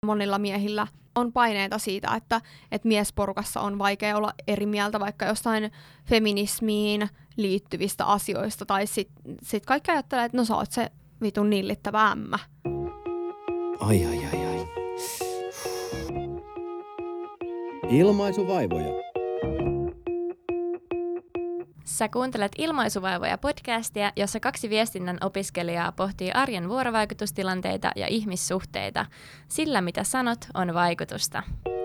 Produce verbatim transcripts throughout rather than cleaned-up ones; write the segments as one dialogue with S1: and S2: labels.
S1: monilla miehillä on paineita siitä, että, että miesporukassa on vaikea olla eri mieltä vaikka jostain feminismiin liittyvistä asioista, tai sit, sit kaikki ajattelee, että no sä oot se vitun nillittävä ämmä.
S2: Ai ai ai ai. Ilmaisuvaivoja.
S3: Sä kuuntelet Ilmaisuvaivoja podcastia, jossa kaksi viestinnän opiskelijaa pohtii arjen vuorovaikutustilanteita ja ihmissuhteita. Sillä mitä sanot on vaikutusta.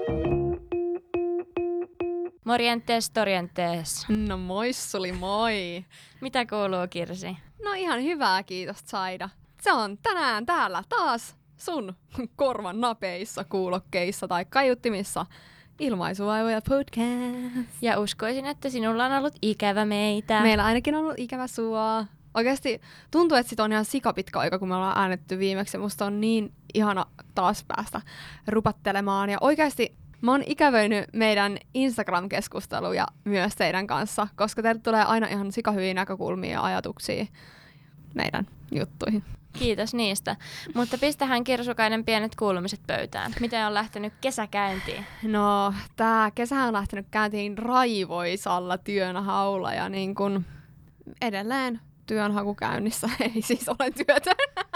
S3: Morjentes, torjentes.
S1: No moissuli moi.
S3: Mitä kuuluu, Kirsi?
S1: No ihan hyvää, kiitos Saida. Se on tänään täällä taas sun korvan napeissa, kuulokkeissa tai kaiuttimissa. Ilmaisuvaivoja podcast.
S3: Ja uskoisin, että sinulla on ollut ikävä meitä.
S1: Meillä ainakin on ollut ikävä sua. Oikeasti tuntuu, että sit on ihan sikapitkä aika, kun me ollaan äänetty viimeksi. Musta on niin ihana taas päästä rupattelemaan. Ja oikeasti mä oon ikävöinyt meidän Instagram-keskusteluja myös teidän kanssa, koska teille tulee aina ihan sikahyviä näkökulmia ja ajatuksia meidän juttuihin.
S3: Kiitos niistä. Mutta pistähän Kirsukainen pienet kuulumiset pöytään. Miten on lähtenyt kesä käyntiin?
S1: No, tää kesä on lähtenyt käyntiin raivoisalla työnhaulla ja niin kun edelleen työnhaku käynnissä. Ei siis ole työtä.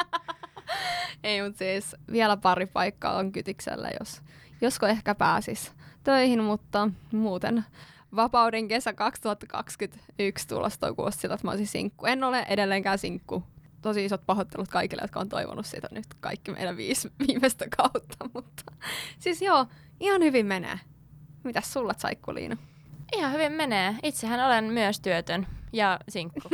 S1: Ei, mutta siis vielä pari paikkaa on kytiksellä, jos, josko ehkä pääsis töihin, mutta muuten vapauden kesä kaksituhattakaksikymmentäyksi tulossa toi kuulosti siltä, että mä olisin sinkku. En ole edelleenkään sinkku. Tosi isot pahoittelut kaikille, jotka on toivonut sitä nyt kaikki meidän viisi viimeistä kautta, mutta siis joo, ihan hyvin menee. Mitäs sulla, Saikku-Liina?
S3: Ihan hyvin menee. Itsehän olen myös työtön ja sinkku.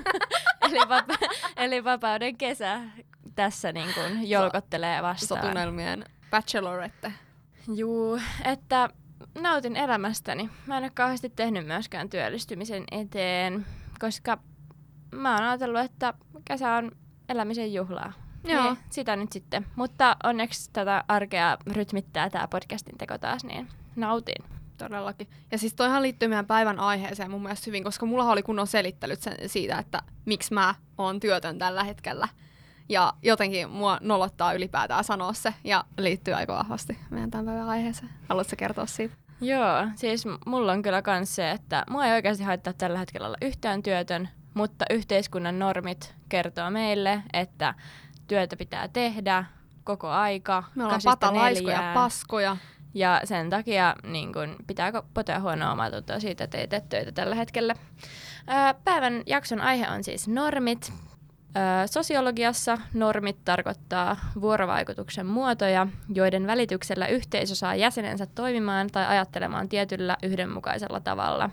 S3: eli, vapa- eli vapauden kesä tässä niin kuin jolkottelee vastaan.
S1: Sotunnelmien bachelorette.
S3: Juu, että nautin elämästäni. Mä en ole kauheasti tehnyt myöskään työllistymisen eteen, koska mä oon ajatellut, että kesä on elämisen juhlaa.
S1: Joo.
S3: Niin, sitä nyt sitten. Mutta onneksi tätä arkea rytmittää tää podcastin teko taas, niin nautin.
S1: Todellakin. Ja siis toihan liittyy meidän päivän aiheeseen mun mielestä hyvin, koska mulla oli kunnon selittelyt sen, siitä, että miksi mä oon työtön tällä hetkellä. Ja jotenkin mua nolottaa ylipäätään sanoa se, ja liittyy aika vahvasti meidän tämän päivän aiheeseen. Haluatko kertoa siitä?
S3: Joo, siis mulla on kyllä kans se, että mua ei oikeasti haittaa tällä hetkellä olla yhtään työtön, mutta yhteiskunnan normit kertoo meille, että työtä pitää tehdä koko aika.
S1: Me ollaan patalaiskoja ja paskoja.
S3: Ja sen takia niin kun, pitää potea huonoa omatuntoa siitä, että ei tee töitä tällä hetkellä. Ää, päivän jakson aihe on siis normit. Ää, sosiologiassa normit tarkoittaa vuorovaikutuksen muotoja, joiden välityksellä yhteisö saa jäsenensä toimimaan tai ajattelemaan tietyllä yhdenmukaisella tavalla.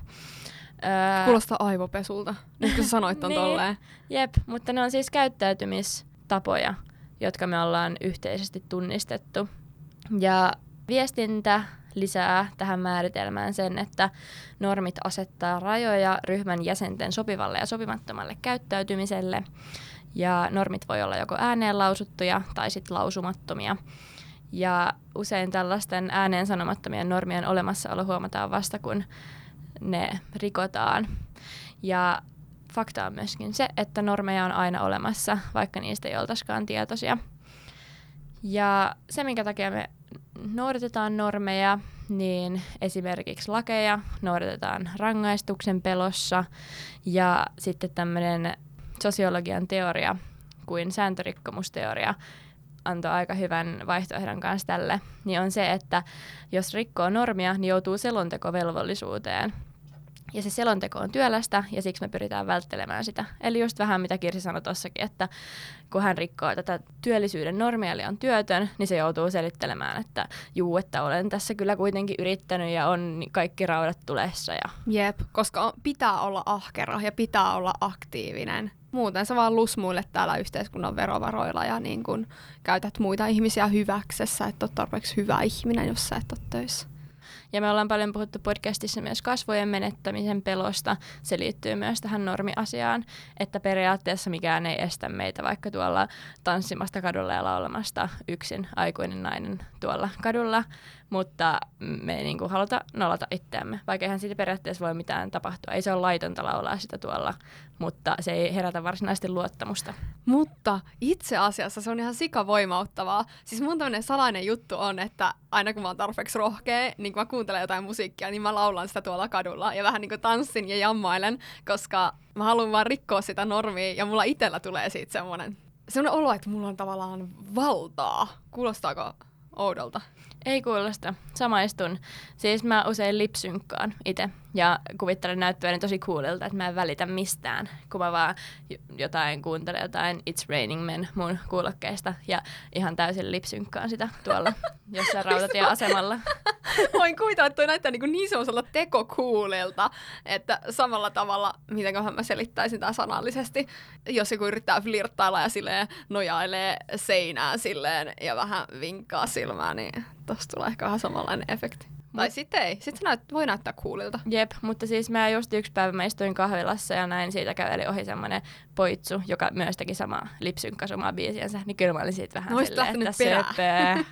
S1: Kuulostaa aivopesulta, nyt kun sä sanoit ton
S3: niin,
S1: tolleen.
S3: Jep, mutta ne on siis käyttäytymistapoja, jotka me ollaan yhteisesti tunnistettu. Ja viestintä lisää tähän määritelmään sen, että normit asettaa rajoja ryhmän jäsenten sopivalle ja sopimattomalle käyttäytymiselle. Ja normit voi olla joko ääneen lausuttuja tai sitten lausumattomia. Ja usein tällaisten ääneen sanomattomien normien olemassaolo huomataan vasta, kun ne rikotaan. Ja fakta on myöskin se, että normeja on aina olemassa, vaikka niistä ei oltaisikaan tietoisia. Ja se, minkä takia me noudatetaan normeja, niin esimerkiksi lakeja noudatetaan rangaistuksen pelossa. Ja sitten tämmöinen sosiologian teoria kuin sääntörikkomusteoria antoi aika hyvän vaihtoehdon kanssa tälle, niin on se, että jos rikkoo normia, niin joutuu selontekovelvollisuuteen. Ja se selonteko on työlästä, ja siksi me pyritään välttelemään sitä. Eli just vähän mitä Kirsi sanoi tossakin, että kun hän rikkoo tätä työllisyyden normia, eli on työtön, niin se joutuu selittelemään, että juu, että olen tässä kyllä kuitenkin yrittänyt ja on kaikki raudat tulessa. Ja
S1: jep, koska pitää olla ahkera ja pitää olla aktiivinen. Muuten sä vaan lusmuilet täällä yhteiskunnan verovaroilla ja niin kun käytät muita ihmisiä hyväksessä, että oot tarpeeksi hyvä ihminen, jos sä et ole töissä.
S3: Ja me ollaan paljon puhuttu podcastissa myös kasvojen menettämisen pelosta. Se liittyy myös tähän normiasiaan, että periaatteessa mikään ei estä meitä vaikka tuolla tanssimasta kadulla ja laulamasta yksin aikuinen nainen tuolla kadulla, mutta me ei niinku haluta nollata itseämme, vaikka eihän siitä periaatteessa voi mitään tapahtua. Ei se ole laitonta laulaa sitä tuolla, mutta se ei herätä varsinaisesti luottamusta.
S1: Mutta itse asiassa se on ihan sikavoimauttavaa. Siis mun tämmönen salainen juttu on, että aina kun mä oon tarpeeksi rohkea, niin kun mä kuuntelen jotain musiikkia, niin mä laulan sitä tuolla kadulla ja vähän niin kuin tanssin ja jammailen, koska mä haluan vaan rikkoa sitä normia ja mulla itsellä tulee siitä semmoinen, semmoinen olo, että mulla on tavallaan valtaa. Kuulostaako oudolta?
S3: Ei kuulosta. Samaistun. Siis mä usein lipsynkkaan itse ja kuvittelen näyttäväni tosi coolilta, että mä en välitä mistään, kun mä vaan jotain kuuntelen jotain It's Raining Men mun kuulokkeista ja ihan täysin lipsynkkaan sitä tuolla jossain rautatieasemalla.
S1: Voin kuvitella, että toi näyttää niin, niin semmoiselta tekokuulilta, että samalla tavalla, mitenköhän mä selittäisin tää sanallisesti, jos joku yrittää flirttailla ja silleen nojailee seinään silleen ja vähän vinkkaa silmää, niin tosta tulee ehkä vähän samanlainen efekti. Mut. Tai sitten ei. Sitten se näyt, voi näyttää coolilta.
S3: Jep, mutta siis mä just yksi päivä mä istuin kahvilassa ja näin siitä käveli ohi semmoinen poitsu, joka myös teki samaa lipsynkkasi omaa biisiänsä, niin kyllä mä olin siitä vähän
S1: Ois
S3: silleen, että söpöö.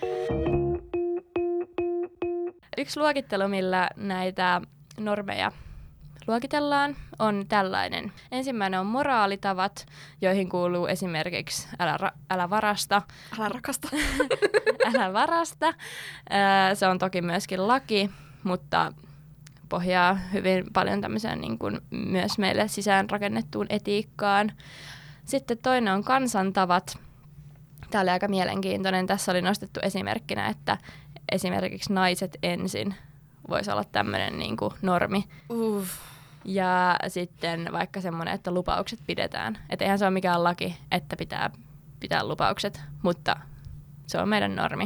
S3: Yksi luokittelu, millä näitä normeja luokitellaan, on tällainen. Ensimmäinen on moraalitavat, joihin kuuluu esimerkiksi älä, ra- älä varasta.
S1: Älä rakasta.
S3: Älä varasta. Se on toki myöskin laki, mutta pohjaa hyvin paljon tämmöiseen niin kuin myös meille sisään rakennettuun etiikkaan. Sitten toinen on kansantavat. Tämä oli aika mielenkiintoinen. Tässä oli nostettu esimerkkinä, että esimerkiksi naiset ensin voisi olla tämmöinen niin kuin normi.
S1: Uff.
S3: Ja sitten vaikka semmoinen, että lupaukset pidetään. Että eihän se ole mikään laki, että pitää pitää lupaukset, mutta se on meidän normi.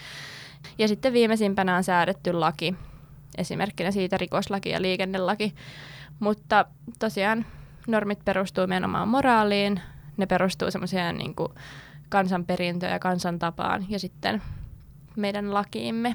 S3: Ja sitten viimeisimpänä on säädetty laki. Esimerkkinä siitä rikoslaki ja liikennelaki. Mutta tosiaan normit perustuu meidän omaan moraaliin. Ne perustuu semmoiseen niin kuin kansanperintöön ja kansantapaan ja sitten meidän lakiimme.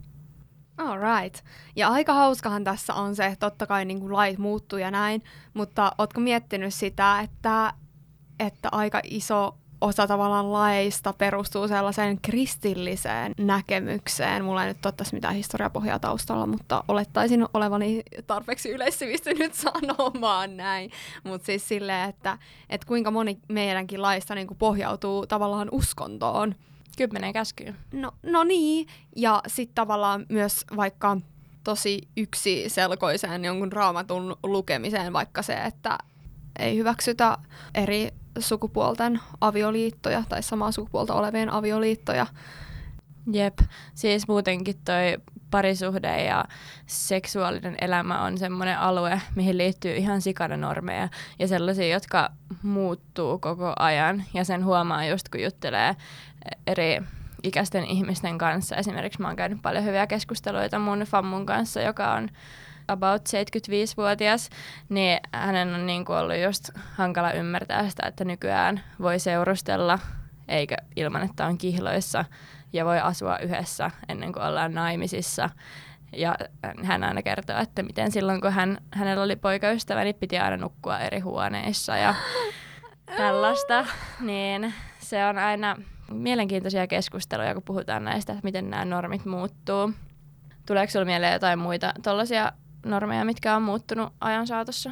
S1: All right. Ja aika hauskahan tässä on se, totta kai niin kuin lait muuttuu ja näin, mutta ootko miettinyt sitä, että, että aika iso osa tavallaan laeista perustuu sellaiseen kristilliseen näkemykseen. Mulla ei nyt ole tässä mitään historiapohjaa taustalla, mutta olettaisin olevani tarpeeksi yleissivistynyt sanomaan näin. Mutta siis silleen, että, että kuinka moni meidänkin laista niin kuin pohjautuu tavallaan uskontoon.
S3: Kymmenen käskyä.
S1: No, no niin, ja sitten tavallaan myös vaikka tosi yksiselkoiseen jonkun raamatun lukemiseen, vaikka se, että ei hyväksytä eri sukupuolten avioliittoja tai samaa sukupuolta olevien avioliittoja.
S3: Jep, siis muutenkin toi parisuhde ja seksuaalinen elämä on semmoinen alue, mihin liittyy ihan sikana normeja ja sellaisia, jotka muuttuu koko ajan. Ja sen huomaa just, kun juttelee eri ikäisten ihmisten kanssa. Esimerkiksi mä oon käynyt paljon hyviä keskusteluita mun fammun kanssa, joka on about seitsemänkymmentäviisivuotias, niin hänen on niin kuin ollut just hankala ymmärtää sitä, että nykyään voi seurustella eikä ilman, että on kihloissa ja voi asua yhdessä ennen kuin ollaan naimisissa. Ja hän aina kertoo, että miten silloin, kun hän, hänellä oli poikaystävä, niin piti aina nukkua eri huoneissa ja tällaista. Niin se on aina mielenkiintoisia keskusteluja, kun puhutaan näistä, että miten nämä normit muuttuu. Tuleeko sinulle mieleen jotain muita tollaisia normeja, mitkä on muuttunut ajan saatossa?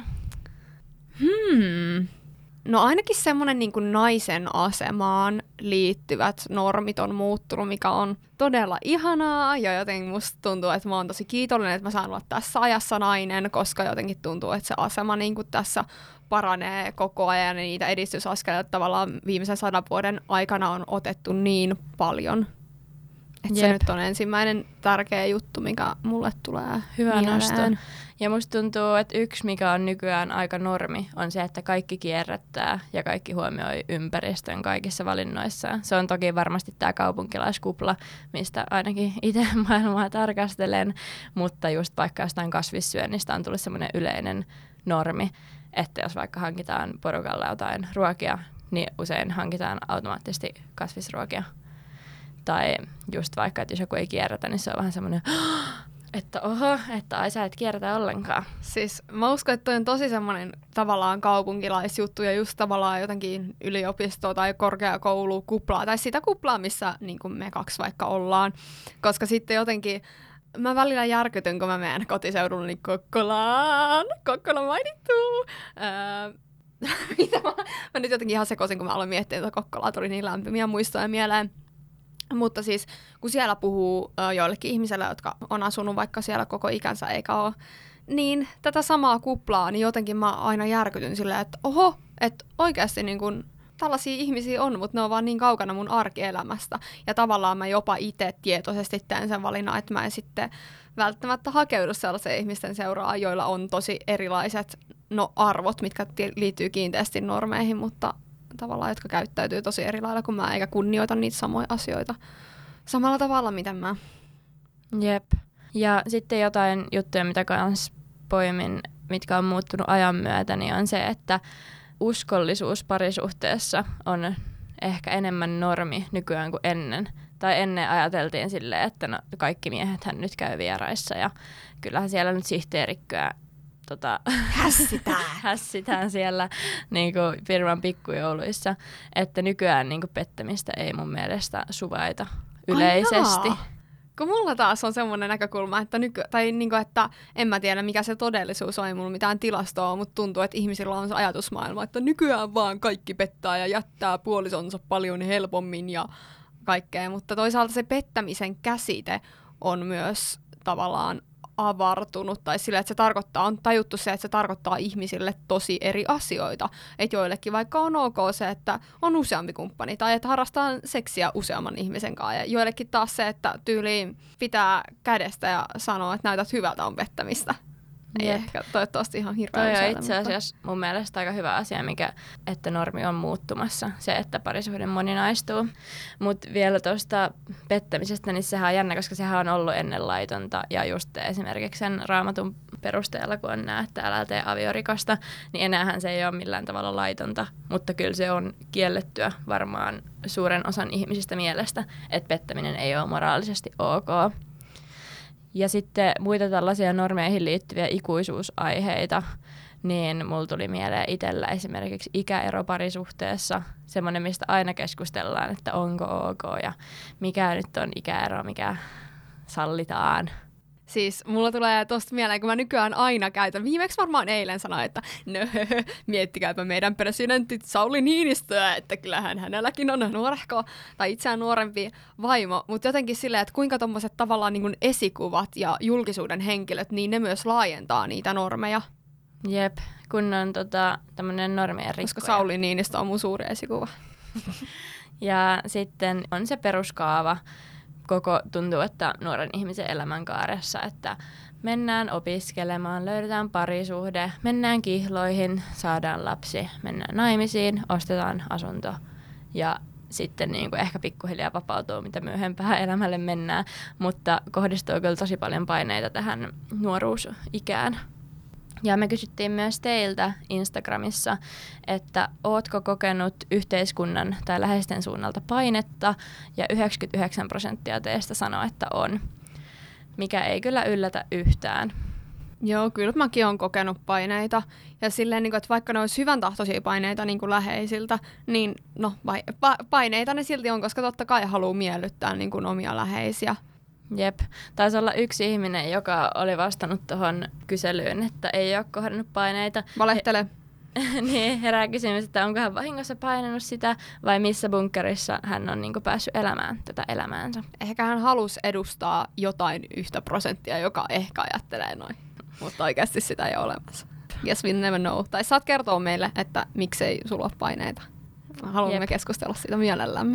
S1: Hmm. No ainakin semmoinen niin kuin naisen asemaan liittyvät normit on muuttunut, mikä on todella ihanaa. Ja jotenkin musta tuntuu, että mä oon tosi kiitollinen, että mä saan olla tässä ajassa nainen, koska jotenkin tuntuu, että se asema niin kuin tässä paranee koko ajan. Ja niitä edistysaskeleita tavallaan viimeisen sadan vuoden aikana on otettu niin paljon. Että se nyt on ensimmäinen tärkeä juttu, mikä mulle tulee
S3: Hyvä
S1: mieleen.
S3: nosto. Ja musta tuntuu, että yksi, mikä on nykyään aika normi, on se, että kaikki kierrättää ja kaikki huomioi ympäristön kaikissa valinnoissaan. Se on toki varmasti tämä kaupunkilaiskupla, mistä ainakin itse maailmaa tarkastelen, mutta just vaikka jostain kasvissyönnistä on tullut semmoinen yleinen normi, että jos vaikka hankitaan porukalla jotain ruokia, niin usein hankitaan automaattisesti kasvisruokia. Tai just vaikka, että jos joku ei kierrätä, niin se on vähän semmoinen, että oho, että ai sä et kiertä ollenkaan.
S1: Siis mä uskon, että toi on tosi semmoinen tavallaan kaupunkilaisjuttu ja just tavallaan jotenkin yliopisto tai korkeakoulu kuplaa tai sitä kuplaa, missä niin kuin me kaksi vaikka ollaan. Koska sitten jotenkin mä välillä järkytyn, kun mä menen kotiseudulla niin Kokkolaan. Kokkola mainittu! Öö, mitä mä, mä nyt jotenkin ihan sekoisin, kun mä aloin miettiä, että Kokkolaa tuli niin lämpimiä muistoja mieleen. Mutta siis kun siellä puhuu ö, joillekin ihmisille, jotka on asunut vaikka siellä koko ikänsä eikä ole, niin tätä samaa kuplaa, niin jotenkin mä aina järkytyn silleen, että oho, että oikeasti niin kun, tällaisia ihmisiä on, mutta ne on vaan niin kaukana mun arkielämästä. Ja tavallaan mä jopa itse tietoisesti teen sen valinnan, että mä en sitten välttämättä hakeudu sellaisen ihmisten seuraan, joilla on tosi erilaiset no, arvot, mitkä t- liittyy kiinteästi normeihin, mutta tavallaan, jotka käyttäytyy tosi eri lailla kuin mä, eikä kunnioita niitä samoja asioita samalla tavalla, miten mä.
S3: Jep. Ja sitten jotain juttuja, mitä kans poimin, mitkä on muuttunut ajan myötä, niin on se, että uskollisuus parisuhteessa on ehkä enemmän normi nykyään kuin ennen. Tai ennen ajateltiin silleen, että no, kaikki miehethän nyt käy vieraissa ja kyllähän siellä nyt sihteerikköä tota,
S1: hässitään.
S3: hässitään siellä niin kuin firman pikkujouluissa. Että nykyään niin kuin pettämistä ei mun mielestä suvaita yleisesti.
S1: Ai kun mulla taas on semmoinen näkökulma, että, nyky- tai niinku, että en mä tiedä mikä se todellisuus on, ei mulla mitään tilastoa, mutta tuntuu, että ihmisillä on se ajatusmaailma, että nykyään vaan kaikki pettää ja jättää puolisonsa paljon helpommin ja kaikkea, mutta toisaalta se pettämisen käsite on myös tavallaan avartunut, tai sillä, että se tarkoittaa, on tajuttu se, että se tarkoittaa ihmisille tosi eri asioita. Että joillekin vaikka on ok se, että on useampi kumppani, tai että harrastaa seksiä useamman ihmisen kanssa, ja joillekin taas se, että tyyliin pitää kädestä ja sanoo, että näytät hyvältä on pettämistä. Ei
S3: Jep.
S1: ehkä toivottavasti ihan hirveän
S3: Toi on
S1: usealle,
S3: itse asiassa mun mielestä aika hyvä asia, mikä, että normi on muuttumassa, se, että parisuhde moninaistuu. Mutta vielä tuosta pettämisestä, niin sehän on jännä, koska sehän on ollut ennen laitonta. Ja just esimerkiksi sen Raamatun perusteella, kun on näet, että älä tee aviorikosta, niin enäähän se ei ole millään tavalla laitonta. Mutta kyllä se on kiellettyä varmaan suuren osan ihmisistä mielestä, että pettäminen ei ole moraalisesti ok. Ja sitten muita tällaisia normeihin liittyviä ikuisuusaiheita, niin mulla tuli mieleen itsellä esimerkiksi ikäero parisuhteessa, semmoinen, mistä aina keskustellaan, että onko ok ja mikä nyt on ikäero, mikä sallitaan.
S1: Siis mulla tulee tosta mieleen, kun mä nykyään aina käytän, viimeksi varmaan eilen sanoin, että no miettikääpä meidän presidentti Sauli Niinistöä, että kyllähän hänelläkin on nuorehko tai itseään nuorempi vaimo, mutta jotenkin silleen, että kuinka tommoset tavallaan niin kuin esikuvat ja julkisuuden henkilöt, niin ne myös laajentaa niitä normeja.
S3: Jep, kun on tota, tämmöinen normien rikkoja.
S1: Koska Sauli Niinistö on mun suuri esikuva.
S3: Ja sitten on se peruskaava, koko tuntuu, että nuoren ihmisen elämänkaaressa, että mennään opiskelemaan, löydetään parisuhde, mennään kihloihin, saadaan lapsi, mennään naimisiin, ostetaan asunto ja sitten niin kuin ehkä pikkuhiljaa vapautuu, mitä myöhempään elämälle mennään, mutta kohdistuu kyllä tosi paljon paineita tähän nuoruusikään. Ja me kysyttiin myös teiltä Instagramissa, että ootko kokenut yhteiskunnan tai läheisten suunnalta painetta, ja yhdeksänkymmentäyhdeksän prosenttia teistä sanoo, että on, mikä ei kyllä yllätä yhtään.
S1: Joo, kyllä mäkin olen kokenut paineita. Ja silleen, että vaikka ne olisi hyvän tahtoisia paineita niin kuin läheisiltä, niin no, paineita ne silti on, koska totta kai haluaa miellyttää niin kuin omia läheisiä.
S3: Jep. Taisi olla yksi ihminen, joka oli vastannut tuohon kyselyyn, että ei ole kohdannut paineita.
S1: Valehtele.
S3: He, niin, herää kysymys, että onko hän vahingossa painanut sitä vai missä bunkkerissa hän on niin kuin päässyt elämään tätä elämäänsä.
S1: Ehkä hän halusi edustaa jotain yhtä prosenttia, joka ehkä ajattelee noin, mutta oikeasti sitä ei ole olemassa. Yes, we never know. Tai saat kertoa meille, että miksei sulla ole paineita. Haluamme Jep. keskustella siitä mielellämme.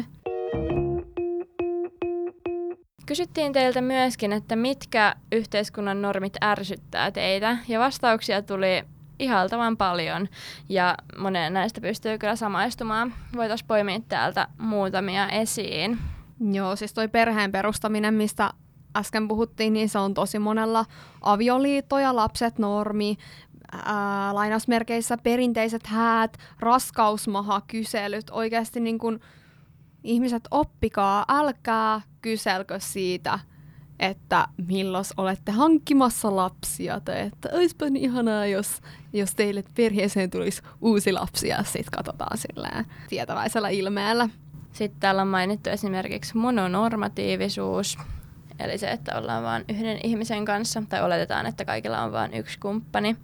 S3: Kysyttiin teiltä myöskin, että mitkä yhteiskunnan normit ärsyttää teitä, ja vastauksia tuli ihaltavan paljon, ja monen näistä pystyy kyllä samaistumaan. Voitaisiin poimia täältä muutamia esiin.
S1: Joo, siis toi perheen perustaminen, mistä äsken puhuttiin, niin se on tosi monella avioliitto ja lapset normi, ää, lainausmerkeissä perinteiset häät, raskausmahakyselyt, oikeasti niin kuin ihmiset oppikaa, älkää kyselkö siitä, että milloin olette hankkimassa lapsia, tai että olisipa niin ihanaa, jos, jos teille perheeseen tulisi uusi lapsi, ja sitten katsotaan silleen tietäväisellä ilmeellä.
S3: Sitten täällä on mainittu esimerkiksi mononormatiivisuus, eli se, että ollaan vain yhden ihmisen kanssa, tai oletetaan, että kaikilla on vain yksi kumppani.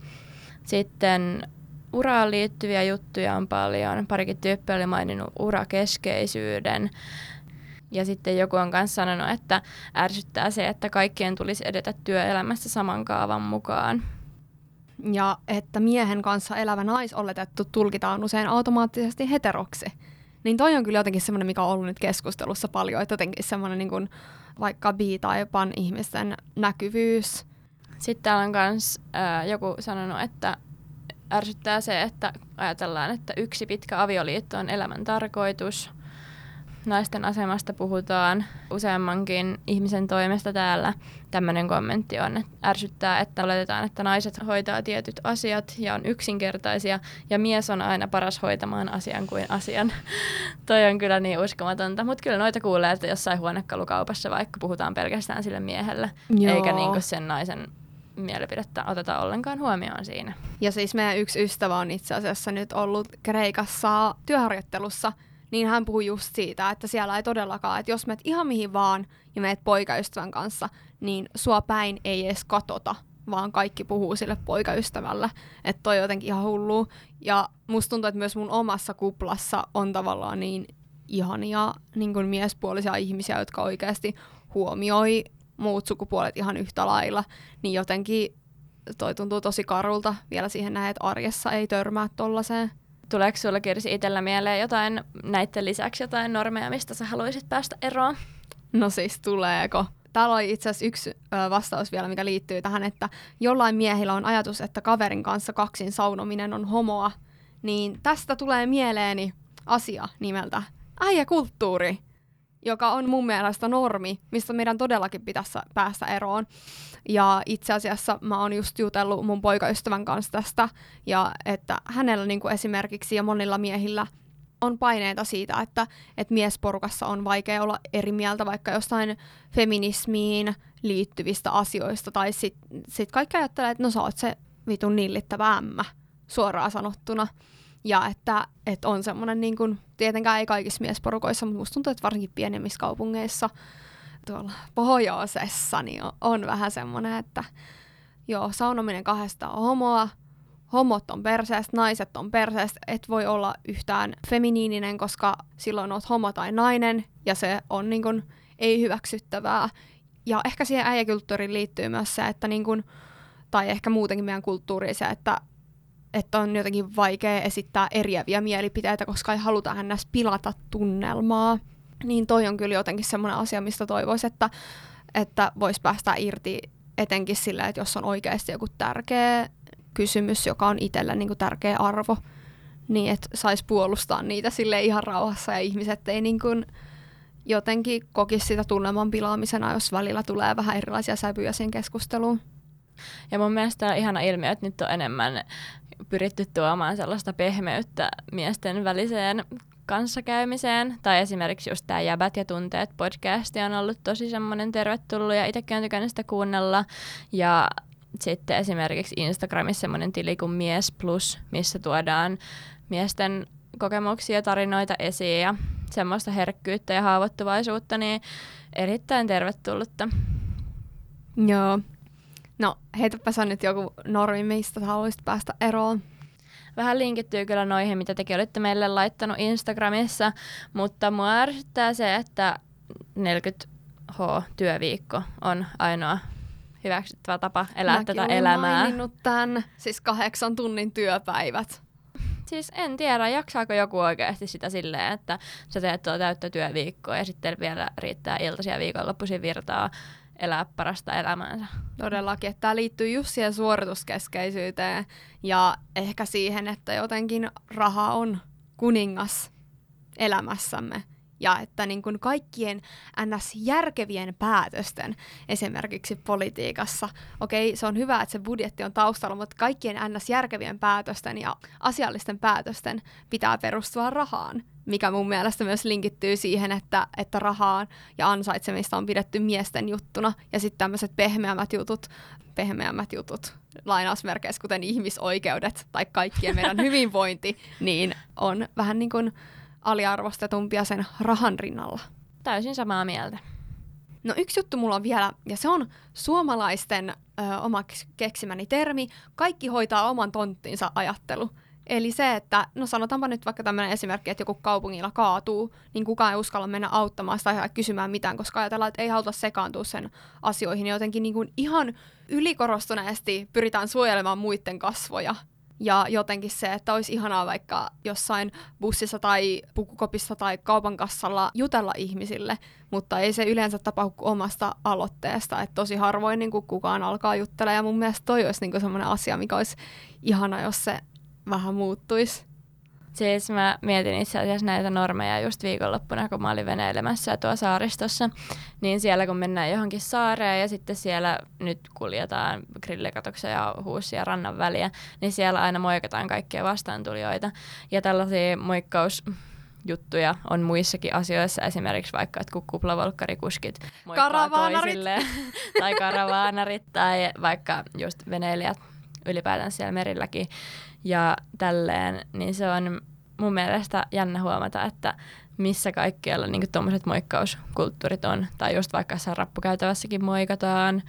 S3: Sitten uraan liittyviä juttuja on paljon. Parikin tyyppi oli maininnut urakeskeisyyden. Ja sitten joku on myös sanonut, että ärsyttää se, että kaikkien tulisi edetä työelämässä saman kaavan mukaan.
S1: Ja että miehen kanssa elävä naisoletettu tulkitaan usein automaattisesti heteroksi. Niin toi on kyllä jotenkin semmoinen, mikä on ollut nyt keskustelussa paljon, että jotenkin semmoinen niin kuin vaikka bi- tai pan ihmisten näkyvyys.
S3: Sitten täällä on myös äh, joku sanonut, että ärsyttää se, että ajatellaan, että yksi pitkä avioliitto on elämän tarkoitus. Naisten asemasta puhutaan useammankin ihmisen toimesta täällä. Tämmöinen kommentti on, että ärsyttää, että oletetaan, että naiset hoitaa tietyt asiat ja on yksinkertaisia, ja mies on aina paras hoitamaan asian kuin asian. Toi on kyllä niin uskomatonta, mutta kyllä noita kuulee, että jossain huonekalukaupassa vaikka puhutaan pelkästään sille miehelle, Joo. eikä niinku sen naisen mielipidettä oteta ollenkaan huomioon siinä.
S1: Ja siis meidän yksi ystävä on itse asiassa nyt ollut Kreikassa työharjoittelussa, niin hän puhui just siitä, että siellä ei todellakaan, että jos menet ihan mihin vaan ja meet poikaystävän kanssa, niin sua päin ei edes katota, vaan kaikki puhuu sille poikaystävälle. Että toi on jotenkin ihan hullua. Ja musta tuntuu, että myös mun omassa kuplassa on tavallaan niin ihania niin kuin miespuolisia ihmisiä, jotka oikeasti huomioi muut sukupuolet ihan yhtä lailla. Niin jotenkin toi tuntuu tosi karulta vielä siihen näin, että arjessa ei törmää tollaiseen.
S3: Tuleeko sulla, Kirsi, itsellä mieleen jotain näiden lisäksi jotain normeja, mistä sä haluaisit päästä eroon?
S1: No siis tuleeko? Täällä oli itse asiassa yksi ö, vastaus vielä, mikä liittyy tähän, että jollain miehillä on ajatus, että kaverin kanssa kaksin saunominen on homoa. Niin tästä tulee mieleeni asia nimeltä äijäkulttuuri, joka on mun mielestä normi, mistä meidän todellakin pitäisi päästä eroon. Ja itse asiassa mä oon just jutellut mun poikaystävän kanssa tästä, ja että hänellä niin kuin esimerkiksi ja monilla miehillä on paineita siitä, että, että miesporukassa on vaikea olla eri mieltä vaikka jostain feminismiin liittyvistä asioista, tai sit, sit kaikki ajattelee, että no sä oot se vitun nillittävä ämmä, suoraan sanottuna. Ja että, että on semmoinen, niin kuin, tietenkään ei kaikissa miesporukoissa, mutta musta tuntuu, että varsinkin pienemmissä kaupungeissa, tuolla pohjoisessa, niin on, on vähän semmoinen, että joo, saunominen kahdesta on homoa, homot on perseestä, naiset on perseestä, et voi olla yhtään feminiininen, koska silloin oot homo tai nainen, ja se on niin kuin, ei hyväksyttävää. Ja ehkä siihen äijäkulttuuriin liittyy myös se, että niin kuin, tai ehkä muutenkin meidän kulttuuriin se, että että on jotenkin vaikea esittää eriäviä mielipiteitä, koska ei haluta ennäs pilata tunnelmaa. Niin toi on kyllä jotenkin semmoinen asia, mistä toivoisi, että, että voisi päästä irti etenkin silleen, että jos on oikeasti joku tärkeä kysymys, joka on itselle niin kuin tärkeä arvo, niin että saisi puolustaa niitä sille ihan rauhassa ja ihmiset ei niin kuin jotenkin kokisi sitä tunnelman pilaamisena, jos välillä tulee vähän erilaisia sävyjä siihen keskusteluun.
S3: Ja mun mielestä on ihana ilmiö, että nyt on enemmän pyritty tuomaan sellaista pehmeyttä miesten väliseen kanssakäymiseen. Tai esimerkiksi just tämä Jäbät ja tunteet -podcasti on ollut tosi semmoinen tervetullut ja itsekin olen tykännyt sitä kuunnella. Ja sitten esimerkiksi Instagramissa semmoinen tili kuin Mies Plus, missä tuodaan miesten kokemuksia ja tarinoita esiin ja semmoista herkkyyttä ja haavoittuvaisuutta, niin erittäin tervetullutta.
S1: Joo. No, heitäpä sä nyt joku normi, mistä sä haluaisit päästä eroon.
S3: Vähän linkittyy kyllä noihin, mitä tekin olitte meille laittanut Instagramissa, mutta mua ärsyttää se, että neljäkymmentä H-työviikko on ainoa hyväksyttävä tapa elää
S1: Mäkin
S3: tätä
S1: olen
S3: elämää.
S1: maininnut tämän, siis kahdeksan tunnin työpäivät.
S3: Siis en tiedä, jaksaako joku oikeasti sitä silleen, että sä teet tuo täyttä työviikkoa ja sitten vielä riittää iltaisia viikonloppuisin virtaa elää parasta elämäänsä.
S1: Todellakin, että tämä liittyy just siihen suorituskeskeisyyteen ja ehkä siihen, että jotenkin raha on kuningas elämässämme. Ja että niin kuin kaikkien ns. Järkevien päätösten, esimerkiksi politiikassa, okei, se on hyvä, että se budjetti on taustalla, mutta kaikkien ns. Järkevien päätösten ja asiallisten päätösten pitää perustua rahaan. mikä mun mielestä myös linkittyy siihen, että, että rahaan ja ansaitsemista on pidetty miesten juttuna. Ja sitten tämmöiset pehmeämmät jutut, pehmeämmät jutut, lainausmerkeissä, kuten ihmisoikeudet tai kaikkien meidän hyvinvointi, niin on vähän niin kuin aliarvostetumpia sen rahan rinnalla.
S3: Täysin samaa mieltä.
S1: No yksi juttu mulla on vielä, ja se on suomalaisten ö, omaksi keksimäni termi, kaikki hoitaa oman tonttinsa ajattelu. Eli se, että, no sanotaanpa nyt vaikka tämmöinen esimerkki, että joku kaupungilla kaatuu, niin kukaan ei uskalla mennä auttamaan sitä tai kysymään mitään, koska ajatellaan, että ei haluta sekaantua sen asioihin. Jotenkin niin kuin ihan ylikorostuneesti pyritään suojelemaan muiden kasvoja. Ja jotenkin se, että olisi ihanaa vaikka jossain bussissa tai pukukopissa tai kaupan kassalla jutella ihmisille, mutta ei se yleensä tapahdu omasta aloitteesta. Että tosi harvoin niin kuin kukaan alkaa juttelemaan, ja mun mielestä toi olisi niin kuin semmoinen asia, mikä olisi ihana, jos se vähän muuttuisi.
S3: Siis mä mietin itse asiassa näitä normeja just viikonloppuna, kun mä olin veneilemässä tuolla saaristossa. Niin siellä kun mennään johonkin saareen ja sitten siellä nyt kuljetaan grillikatoksen ja huussia rannan väliä, niin siellä aina moikataan kaikkia vastaantulijoita. Ja tällaisia moikkausjuttuja on muissakin asioissa, esimerkiksi vaikka, että kun kuplavolkkarikuskit moikkaa toisilleen, tai karavaanarit, tai vaikka just veneilijät ylipäätään siellä merilläkin. Ja tälleen, niin se on mun mielestä jännä huomata, että missä kaikkialla niin tuommoiset moikkauskulttuurit on. Tai just vaikka jossain rappukäytävässäkin moikataan,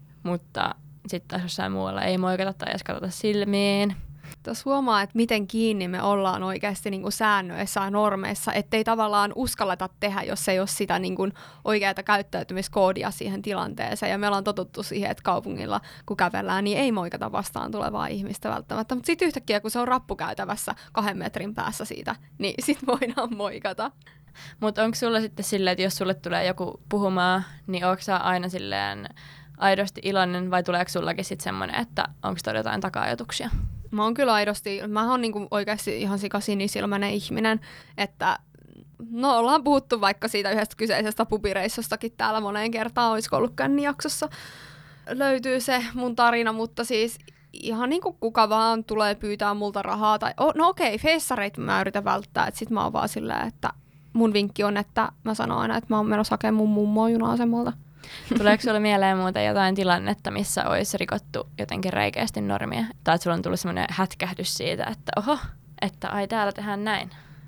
S3: mutta sitten taas jossain muualla ei moikata tai edes katsota silmiin.
S1: Tuossa huomaa, että miten kiinni me ollaan oikeasti niin kuin säännöissä ja normeissa, ettei tavallaan uskalleta tehdä, jos ei ole sitä niin kuin oikeaa käyttäytymiskoodia siihen tilanteeseen. Ja me ollaan totuttu siihen, että kaupungilla, kun kävellään, niin ei moikata vastaan tulevaa ihmistä välttämättä. Mutta sitten yhtäkkiä, kun se on rappukäytävässä kahden metrin päässä siitä, niin sitten voidaan moikata.
S3: Mutta onko sulla sitten silleen, että jos sulle tulee joku puhumaan, niin onko sä aina silleen aidosti iloinen, vai tuleeko sullakin sitten semmoinen, että onko todella jotain taka-ajatuksia?
S1: Mä oon kyllä aidosti, mä oon niinku oikeasti ihan sikasinisilmäinen ihminen, että no ollaan puhuttu vaikka siitä yhdestä kyseisestä pubireissustakin täällä moneen kertaan, olisiko ollut kännijaksossa. Löytyy se mun tarina, mutta siis ihan niinku kuka vaan tulee pyytää multa rahaa, tai oh, no okei, feissareita mä yritän välttää, että sit mä oon vaan silleen, että mun vinkki on, että mä sanon aina, että mä oon menossa hakemaan mun mummoa juna-asemalta.
S3: Tuleeko sulle mieleen muuten jotain tilannetta, missä olisi rikottu jotenkin räikeästi normia? Tai että sulla on tullut semmoinen hätkähdys siitä, että oho, että ai täällä tehdään näin?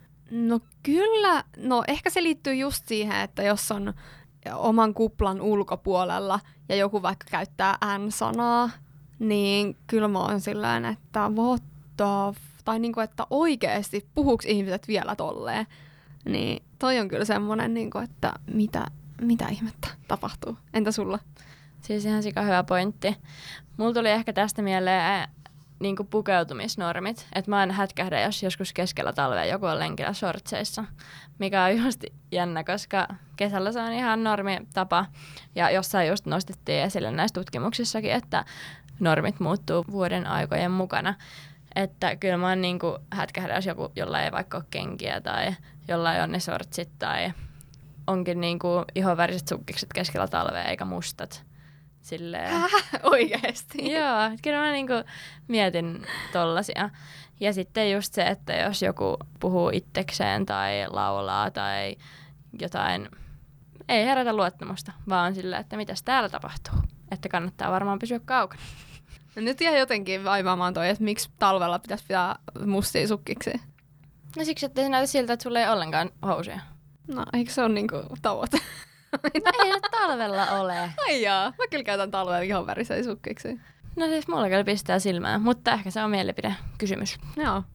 S1: No kyllä, no ehkä se liittyy just siihen, että jos on oman kuplan ulkopuolella ja joku vaikka käyttää N-sanaa, niin kyllä mä oon silleen, että what the f... tai niinku, että oikeesti puhuuko ihmiset vielä tolleen? Niin toi on kyllä semmoinen, niinku, että mitä... Mitä ihmettä tapahtuu? Entä sulla?
S3: Siis ihan sika hyvä pointti. Mulla tuli ehkä tästä mieleen ää, niin kuin pukeutumisnormit. Että mä aina hätkähdän, jos joskus keskellä talvea joku on lenkillä shortseissa. Mikä on just jännä, koska kesällä se on ihan normitapa. Ja jossain just nostettiin esille näissä tutkimuksissakin, että normit muuttuu vuoden aikojen mukana. Että kyllä mä oon niin kuin hätkähdän, jos joku, jolla ei vaikka ole kenkiä tai jolla ei ole ne shortsit tai... onkin niinku ihonväriset sukkikset keskellä talvea eikä mustat. Silleen.
S1: Äh, oikeesti?
S3: Joo, kyllä mä niinku mietin tollasia. Ja sitten just se, että jos joku puhuu itsekseen tai laulaa tai jotain, ei herätä luottamusta, vaan sillä, että mitäs täällä tapahtuu. Että kannattaa varmaan pysyä kaukana.
S1: No nyt jää jotenkin vaivaamaan toi, että miksi talvella pitäisi pitää mustia sukkiksi.
S3: No siksi, että se näytä siltä, että sulla ei ollenkaan housuja.
S1: No, eikö se ole niinku tavoite?
S3: No ei nyt talvella ole.
S1: Ai jaa, mä kyllä käytän talvella ihan väriseen sukkiksi.
S3: No siis mulla kyllä pistää silmään, mutta ehkä se on mielipide kysymys.
S1: Joo.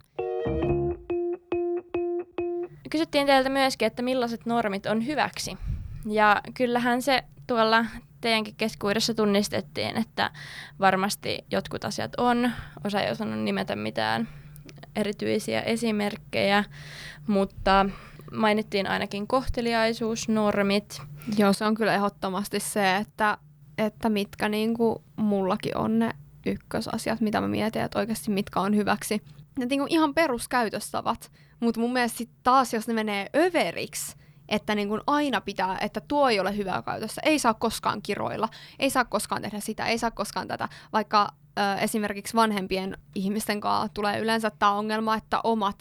S3: Kysyttiin teiltä myöskin, että millaiset normit on hyväksi. Ja kyllähän se tuolla teidänkin keskuudessa tunnistettiin, että varmasti jotkut asiat on. Osa ei osannut nimetä mitään erityisiä esimerkkejä, mutta... mainittiin ainakin kohteliaisuusnormit.
S1: Joo, se on kyllä ehdottomasti se, että, että mitkä niinku mullakin on ne ykkösasiat, mitä mä mietin, että oikeasti mitkä on hyväksi. Ne niinku ihan peruskäytöstavat, mutta mun mielestä sit taas, jos ne menee överiksi, että niinku aina pitää, että tuo ei ole hyvää käytössä, ei saa koskaan kiroilla, ei saa koskaan tehdä sitä, ei saa koskaan tätä, vaikka ö, esimerkiksi vanhempien ihmisten kanssa tulee yleensä tämä ongelma, että omat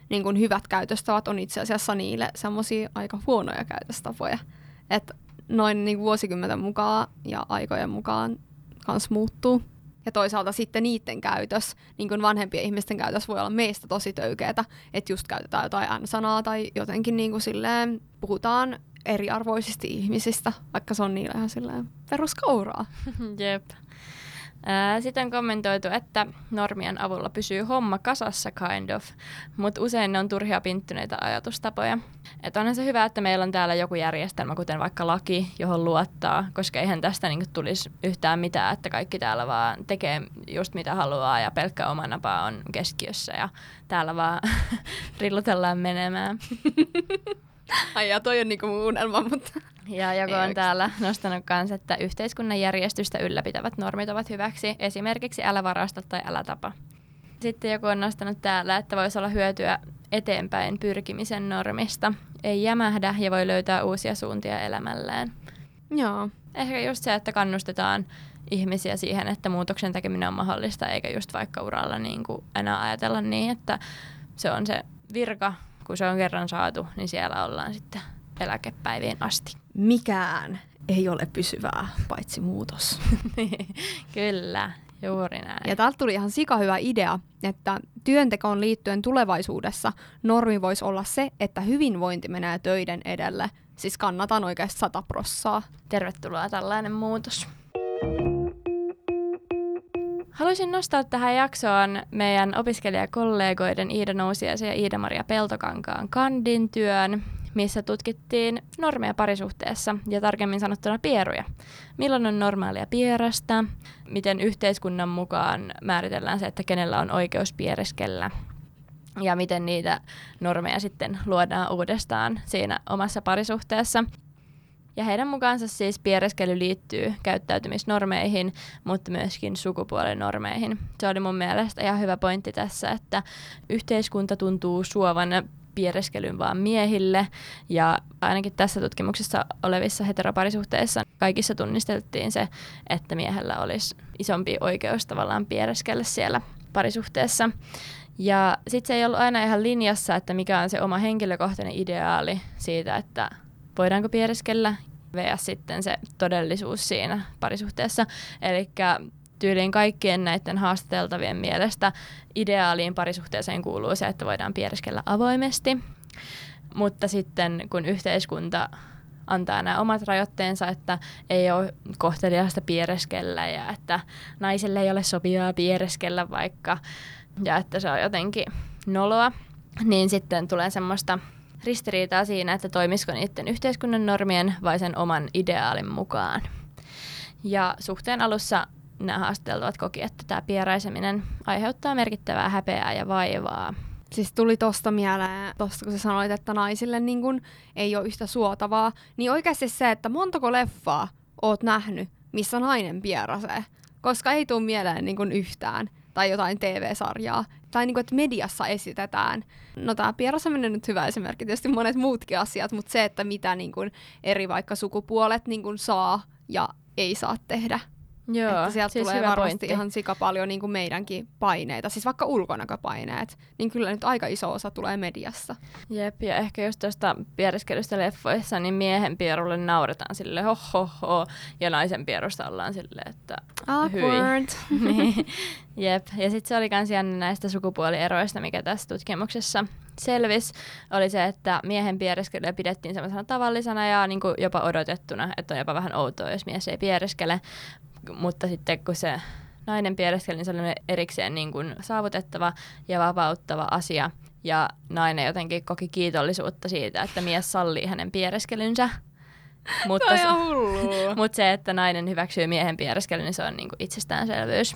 S1: niin kun hyvät käytöstavat on itse asiassa niille semmoisia aika huonoja käytöstapoja. Että noin niin vuosikymmenten mukaan ja aikojen mukaan kans muuttuu. Ja toisaalta sitten niiden käytös, niin kuin vanhempien ihmisten käytös voi olla meistä tosi töykeetä, että just käytetään jotain N-sanaa tai jotenkin niin kuin silleen puhutaan eriarvoisesti ihmisistä, vaikka se on niillä ihan silleen peruskauraa.
S3: Jep. Sitten on kommentoitu, että normien avulla pysyy homma kasassa kind of, mutta usein ne on turhia pinttyneitä ajatustapoja. Et onhan se hyvä, että meillä on täällä joku järjestelmä, kuten vaikka laki, johon luottaa, koska eihän tästä niinku tulisi yhtään mitään, että kaikki täällä vaan tekee just mitä haluaa ja pelkkä oma napa on keskiössä ja täällä vaan rillutellaan menemään.
S1: Ai ja toi on niinku mun unelma, mutta...
S3: Ja joku on täällä nostanut kanssa, että yhteiskunnan järjestystä ylläpitävät normit ovat hyväksi, esimerkiksi älä varasta tai älä tapa. Sitten joku on nostanut täällä, että voisi olla hyötyä eteenpäin pyrkimisen normista. Ei jämähdä ja voi löytää uusia suuntia elämälleen.
S1: Joo.
S3: Ehkä just se, että kannustetaan ihmisiä siihen, että muutoksen tekeminen on mahdollista, eikä just vaikka uralla niin kuin enää ajatella niin, että se on se virka, kun se on kerran saatu, niin siellä ollaan sitten eläkepäiviin asti.
S1: Mikään ei ole pysyvää, paitsi muutos.
S3: Kyllä, juuri näin.
S1: Ja täältä tuli ihan sikahyvä idea, että työntekoon liittyen tulevaisuudessa normi voisi olla se, että hyvinvointi menee töiden edelle. Siis kannatan oikeasti sata prossaa.
S3: Tervetuloa tällainen muutos. Haluaisin nostaa tähän jaksoon meidän opiskelijakollegoiden Iida Nousiaisen ja Iida-Maria Peltokankaan kandin työn, missä tutkittiin normeja parisuhteessa ja tarkemmin sanottuna pieruja. Milloin on normaalia pierasta, miten yhteiskunnan mukaan määritellään se, että kenellä on oikeus piereskellä ja miten niitä normeja sitten luodaan uudestaan siinä omassa parisuhteessa. Ja heidän mukaansa siis piereskely liittyy käyttäytymisnormeihin, mutta myöskin sukupuolinormeihin. Se oli mun mielestä ihan hyvä pointti tässä, että yhteiskunta tuntuu suovan piereskelyn vaan miehille. Ja ainakin tässä tutkimuksessa olevissa heteroparisuhteissa kaikissa tunnistettiin se, että miehellä olisi isompi oikeus tavallaan piereskellä siellä parisuhteessa. Ja sitten se ei ollut aina ihan linjassa, että mikä on se oma henkilökohtainen ideaali siitä, että voidaanko piereskellä versus sitten se todellisuus siinä parisuhteessa. Eli tyyliin kaikkien näiden haastateltavien mielestä ideaaliin parisuhteeseen kuuluu se, että voidaan piereskellä avoimesti. Mutta sitten kun yhteiskunta antaa nämä omat rajoitteensa, että ei ole kohteliasta piereskellä ja että naiselle ei ole sopivaa piereskellä vaikka ja että se on jotenkin noloa, niin sitten tulee semmoista ristiriitaa siinä, että toimisiko niiden yhteiskunnan normien vai sen oman ideaalin mukaan. Ja suhteen alussa nämä haastateltavat koki, että tämä pieraiseminen aiheuttaa merkittävää häpeää ja vaivaa.
S1: Siis tuli tosta mieleen, tosta kun sä sanoit, että naisille niin kun ei ole yhtä suotavaa, niin oikeasti se, että montako leffaa oot nähnyt, missä nainen pierasee, koska ei tule mieleen niin kun yhtään, tai jotain T V-sarjaa, tai niin kun, että mediassa esitetään. No tämä pieraseminen on nyt hyvä esimerkki, tietysti monet muutkin asiat, mutta se, että mitä niin kun eri vaikka sukupuolet niin kun saa ja ei saa tehdä.
S3: Joo,
S1: että sieltä
S3: siis
S1: tulee
S3: hyvä
S1: varmasti
S3: pointti.
S1: ihan sika paljon niin kuin meidänkin paineita, siis vaikka ulkonäköpaineet, niin kyllä nyt aika iso osa tulee mediassa.
S3: Jep, ja ehkä just tuosta piereskelystä leffoissa, niin miehen pierulle nauretaan silleen ho, ho, ho ja naisen pierusta ollaan silleen, että
S1: awkward.
S3: Niin. Jep, ja sitten se oli kans jännä näistä sukupuolieroista, mikä tässä tutkimuksessa selvisi, oli se, että miehen piereskelyä pidettiin semmoisena tavallisena ja niin kuin jopa odotettuna, että on jopa vähän outoa, jos mies ei piereskele. Mutta sitten kun se nainen piereskeli, niin se oli erikseen niin kuin saavutettava ja vapauttava asia. Ja nainen jotenkin koki kiitollisuutta siitä, että mies sallii hänen piereskelynsä. Mutta
S1: se on hullua.
S3: Mutta se, että nainen hyväksyy miehen piereskelyn, niin se on niin kuin itsestäänselvyys.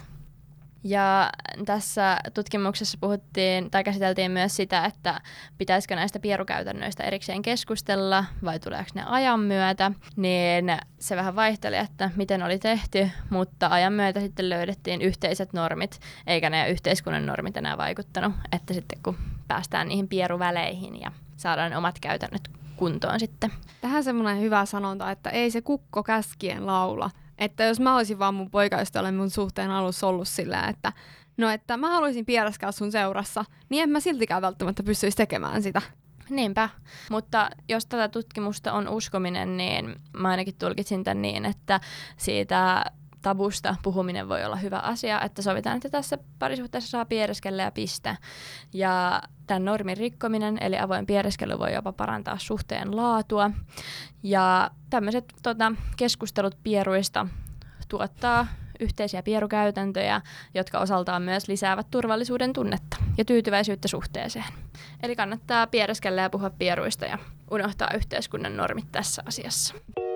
S3: Ja tässä tutkimuksessa puhuttiin tai käsiteltiin myös sitä, että pitäisikö näistä pierukäytännöistä erikseen keskustella vai tuleeko ne ajan myötä, niin se vähän vaihteli, että miten oli tehty, mutta ajan myötä sitten löydettiin yhteiset normit, eikä ne yhteiskunnan normit enää vaikuttanut, että sitten kun päästään niihin pieruväleihin ja saadaan omat käytännöt kuntoon sitten.
S1: Tähän semmoinen hyvä sanonta, että ei se kukko käskien laula. Että jos mä olisin vaan mun poikaystävälle mun suhteen alussa ollut silleen, että no että mä haluaisin pieräskää sun seurassa, niin en mä siltikään välttämättä pystyisi tekemään sitä.
S3: Niinpä, mutta jos tätä tutkimusta on uskominen, niin mä ainakin tulkitsin tämän niin, että siitä tabusta puhuminen voi olla hyvä asia, että sovitaan, että tässä parisuhteessa saa piereskellä ja piste. Ja tämän normin rikkominen, eli avoin piereskely, voi jopa parantaa suhteen laatua. Ja tämmöiset tota, keskustelut pieruista tuottaa yhteisiä pierukäytäntöjä, jotka osaltaan myös lisäävät turvallisuuden tunnetta ja tyytyväisyyttä suhteeseen. Eli kannattaa piereskellä ja puhua pieruista ja unohtaa yhteiskunnan normit tässä asiassa.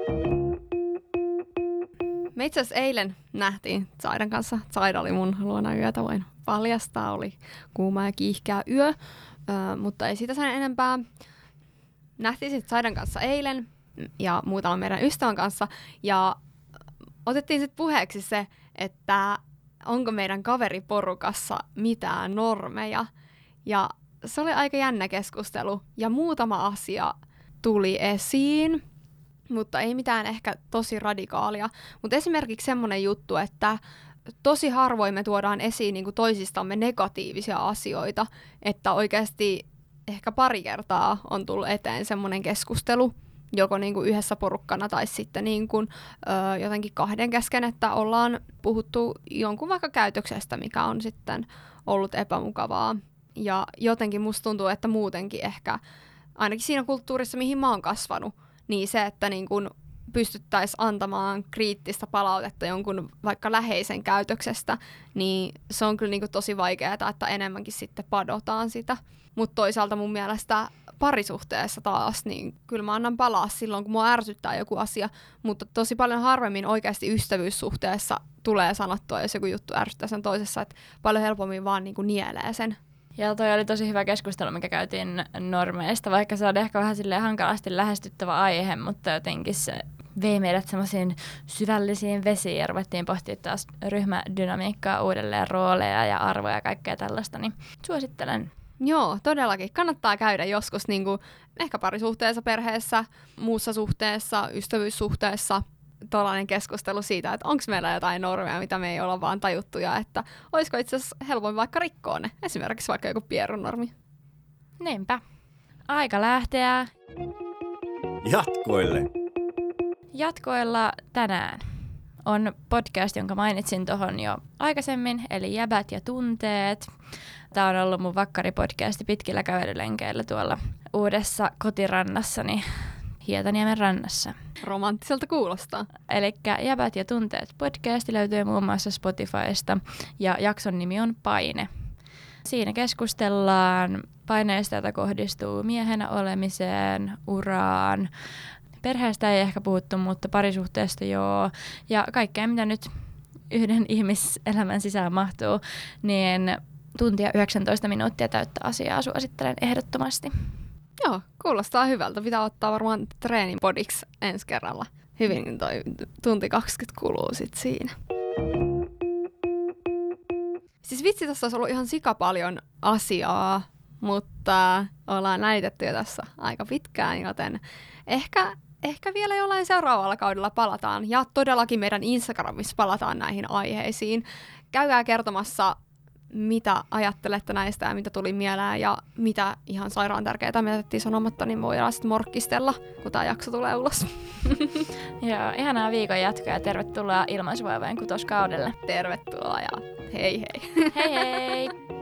S1: Me itse asiassa eilen nähtiin Zaidan kanssa. Zaida oli mun luona yötä, voin paljastaa. Oli kuuma ja kiihkeä yö, ö, mutta ei siitä sen enempää. Nähtiin sitten Zaidan kanssa eilen ja muutaman meidän ystävän kanssa. Ja otettiin sitten puheeksi se, että onko meidän kaveriporukassa mitään normeja. Ja se oli aika jännä keskustelu ja muutama asia tuli esiin. Mutta ei mitään ehkä tosi radikaalia. Mutta esimerkiksi semmoinen juttu, että tosi harvoin me tuodaan esiin niin kuin toisistamme negatiivisia asioita, että oikeasti ehkä pari kertaa on tullut eteen semmoinen keskustelu, joko niin kuin yhdessä porukkana tai sitten niin kuin, ö, jotenkin kahden kesken, että ollaan puhuttu jonkun vaikka käytöksestä, mikä on sitten ollut epämukavaa. Ja jotenkin musta tuntuu, että muutenkin ehkä, ainakin siinä kulttuurissa, mihin mä oon kasvanut, niin se, että niin kun pystyttäisiin antamaan kriittistä palautetta jonkun vaikka läheisen käytöksestä, niin se on kyllä niin kun tosi vaikeaa, että enemmänkin sitten padotaan sitä. Mutta toisaalta mun mielestä parisuhteessa taas, niin kyllä mä annan palaa silloin, kun mua ärsyttää joku asia, mutta tosi paljon harvemmin oikeasti ystävyyssuhteessa tulee sanottua, jos joku juttu ärsyttää sen toisessa, että paljon helpommin vaan niin kun nielee sen.
S3: Ja toi oli tosi hyvä keskustelu, mikä käytiin normeista, vaikka se on ehkä vähän silleen hankalasti lähestyttävä aihe, mutta jotenkin se vei meidät semmoisiin syvällisiin vesiin ja ruvettiin pohtimaan taas ryhmädynamiikkaa uudelleen, rooleja ja arvoja ja kaikkea tällaista, niin suosittelen.
S1: Joo, todellakin. Kannattaa käydä joskus niin kuin, ehkä parisuhteessa, perheessä, muussa suhteessa, ystävyyssuhteessa, tuollainen keskustelu siitä, että onko meillä jotain normeja, mitä me ei olla vaan tajuttu, ja että olisiko itse asiassa helpoin vaikka rikkoa ne, esimerkiksi vaikka joku pierunormi.
S3: Niinpä. Aika lähteä
S2: Jatkoille.
S3: Jatkoilla tänään on podcast, jonka mainitsin tuohon jo aikaisemmin, eli Jäbät ja tunteet. Tämä on ollut mun vakkaripodcasti pitkillä kävelylenkeillä tuolla uudessa kotirannassani Hietaniemen rannassa.
S1: Romanttiselta kuulostaa.
S3: Elikkä Jäbät ja tunteet podcast löytyy muun muassa Spotifysta ja jakson nimi on Paine. Siinä keskustellaan paineista, joita kohdistuu miehenä olemiseen, uraan. Perheestä ei ehkä puhuttu, mutta parisuhteesta joo. Ja kaikkea, mitä nyt yhden ihmiselämän sisään mahtuu, niin tuntia yhdeksäntoista minuuttia täyttä asiaa suosittelen ehdottomasti.
S1: Joo, kuulostaa hyvältä. Pitää ottaa varmaan treenipodiksi ensi kerralla. Hyvin toi tunti kaksikymmentä kuluu sit siinä. Siis vitsi, tässä olisi ollut ihan sika paljon asiaa, mutta ollaan näytetty jo tässä aika pitkään, joten ehkä, ehkä vielä jollain seuraavalla kaudella palataan. Ja todellakin meidän Instagramissa palataan näihin aiheisiin. Käykää kertomassa, mitä ajattelette näistä ja mitä tuli mieleen ja mitä ihan sairaan tärkeää me jätettiin sanomatta, niin voidaan sitten morkkistella, kun tämä jakso tulee ulos.
S3: Joo, ihanaa viikon jatkoa ja tervetuloa Ilmaisvaivojen kutoskaudelle.
S1: Tervetuloa ja hei hei.
S3: Hei hei!